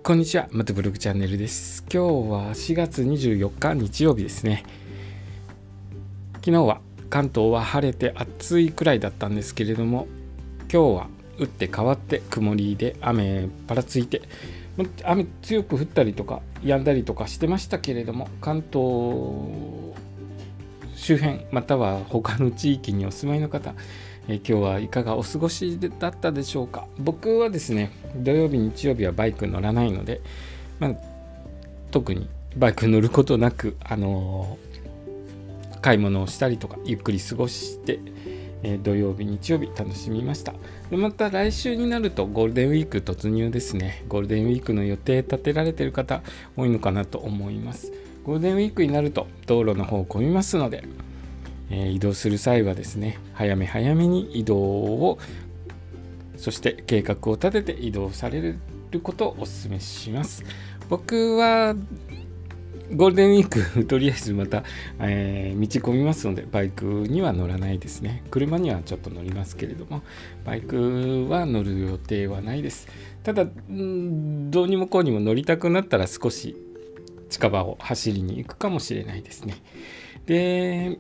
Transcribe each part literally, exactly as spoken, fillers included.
こんにちは、またブログチャンネルです。今日はしがつにじゅうよっか日曜日ですね。昨日は関東は晴れて暑いくらいだったんですけれども、今日は打って変わって曇りで雨ぱらついて、雨強く降ったりとか止んだりとかしてましたけれども、関東周辺または他の地域にお住まいの方、え今日はいかがお過ごしだったでしょうか。僕はですね、土曜日日曜日はバイク乗らないので、まあ、特にバイク乗ることなく、あのー、買い物をしたりとかゆっくり過ごして、えー、土曜日日曜日楽しみました。でまた来週になるとゴールデンウィーク突入ですね。ゴールデンウィークの予定立てられている方多いのかなと思います。ゴールデンウィークになると道路の方混みますので、えー、移動する際はですね、早め早めに移動を、そして計画を立てて移動されることをお勧めします。僕はゴールデンウィークとりあえずまた、えー、道混みますのでバイクには乗らないですね。車にはちょっと乗りますけれども、バイクは乗る予定はないです。ただ、んどうにもこうにも乗りたくなったら少し近場を走りに行くかもしれないですね。で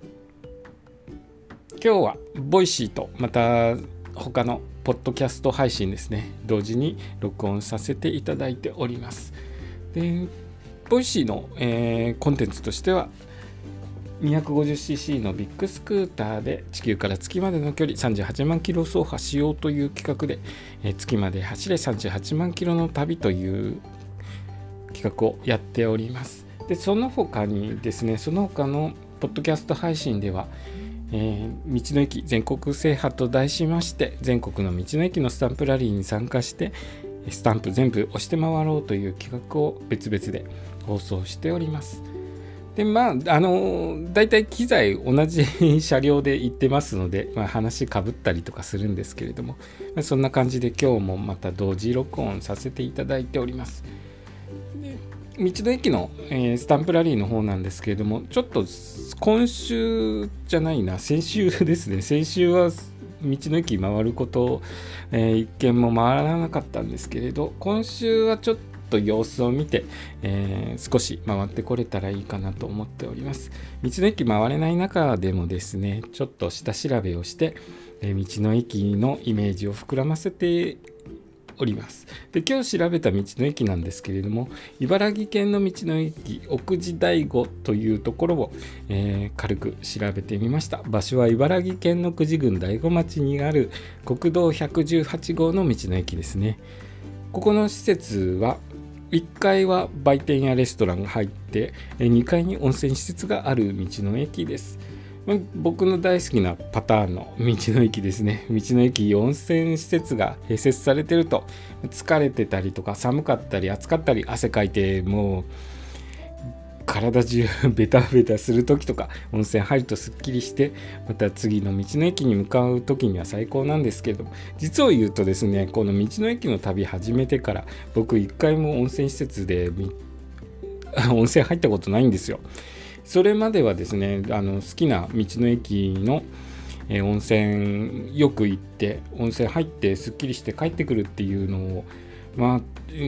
今日はボイシーとまた他のポッドキャスト配信ですね、同時に録音させていただいております。でボイシーの、えー、コンテンツとしては にひゃくごじゅっシーシー のビッグスクーターで地球から月までの距離さんじゅうはちまんキロ走破しようという企画で、えー、月まで走れさんじゅうはちまんキロの旅という企画をやっております。でその他にですね、その他のポッドキャスト配信ではえー、道の駅全国制覇と題しまして、全国の道の駅のスタンプラリーに参加してスタンプ全部押して回ろうという企画を別々で放送しております。でまああのだいたい機材同じ車両で行ってますので、まあ、話かぶったりとかするんですけれども、まあ、そんな感じで今日もまた同時録音させていただいております。道の駅の、えー、スタンプラリーの方なんですけれども、ちょっと今週じゃないな先週ですね先週は道の駅回ること、えー、一件も回らなかったんですけれど、今週はちょっと様子を見て、えー、少し回ってこれたらいいかなと思っております。道の駅回れない中でもですね、ちょっと下調べをして、えー、道の駅のイメージを膨らませております。で今日調べた道の駅なんですけれども、茨城県の道の駅奥地大子というところを、えー、軽く調べてみました。場所は茨城県の久慈郡大子町にある国道ひゃくじゅうはち号の道の駅ですね。ここの施設はいっかいは売店やレストランが入って、にかいに温泉施設がある道の駅です。僕の大好きなパターンの道の駅ですね。道の駅温泉施設が併設されてると、疲れてたりとか寒かったり暑かったり汗かいてもう体中ベタベタする時とか温泉入るとすっきりして、また次の道の駅に向かう時には最高なんですけれども、実を言うとですね、この道の駅の旅始めてから僕一回も温泉施設で温泉入ったことないんですよ。それまではですね、あの好きな道の駅の、えー、温泉よく行って温泉入ってすっきりして帰ってくるっていうのを、まあ、うん、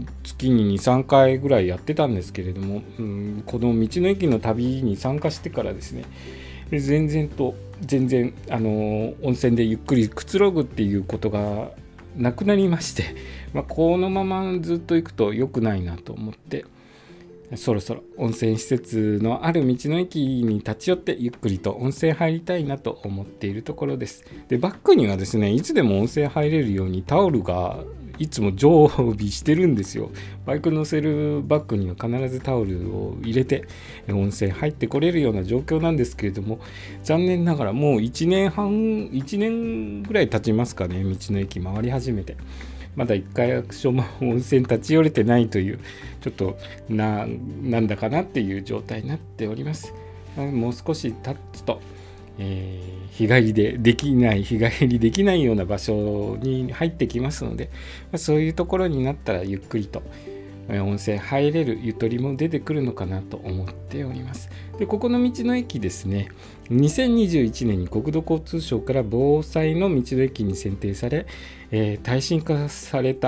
月に にさんかいぐらいやってたんですけれども、うん、この道の駅の旅に参加してからですね、全然と全然あの温泉でゆっくりくつろぐっていうことがなくなりまして、まあ、このままずっと行くと良くないなと思って、そろそろ温泉施設のある道の駅に立ち寄ってゆっくりと温泉入りたいなと思っているところです。でバッグにはですね、いつでも温泉入れるようにタオルがいつも常備してるんですよ。バイク乗せるバッグには必ずタオルを入れて温泉入ってこれるような状況なんですけれども、残念ながらもういちねんはんいちねんぐらい経ちますかね、道の駅回り始めて。まだ一回所も温泉立ち寄れてないという、ちょっと な, なんだかなっていう状態になっております。もう少し経つと、えー、日帰りでできない日帰りできないような場所に入ってきますので、そういうところになったらゆっくりと温泉入れるゆとりも出てくるのかなと思っております。でここの道の駅ですね、にせんにじゅういちねんに国土交通省から防災の道の駅に選定され、えー、耐震化された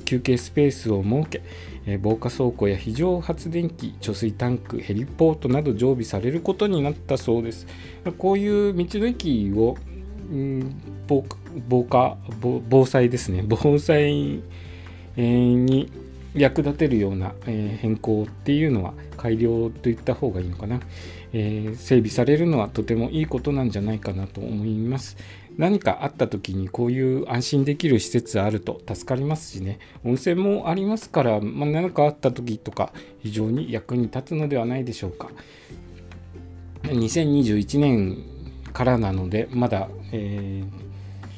休憩スペースを設け、えー、防火倉庫や非常発電機、貯水タンク、ヘリポートなど常備されることになったそうです。こういう道の駅を、うん、防, 防火防防災ですね防災、えー、に役立てるような、えー、変更っていうのは改良といった方がいいのかな、えー、整備されるのはとてもいいことなんじゃないかなと思います。何かあった時にこういう安心できる施設あると助かりますしね、温泉もありますから、まあ、何かあった時とか非常に役に立つのではないでしょうか。にせんにじゅういちねんからなのでまだ、えー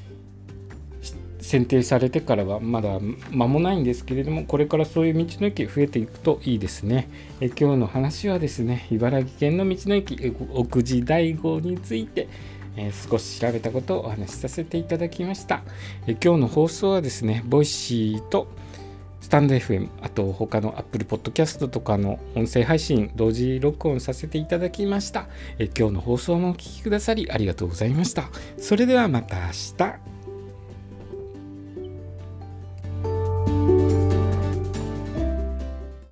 選定されてからはまだ間もないんですけれども、これからそういう道の駅増えていくといいですね。え今日の話はですね、茨城県の道の駅奥地大号について、えー、少し調べたことをお話しさせていただきました。え今日の放送はですね、ボイシーとスタンド エフエム、あと他の Apple Podcast とかの音声配信同時録音させていただきました。え今日の放送もお聞きくださりありがとうございました。それではまた明日。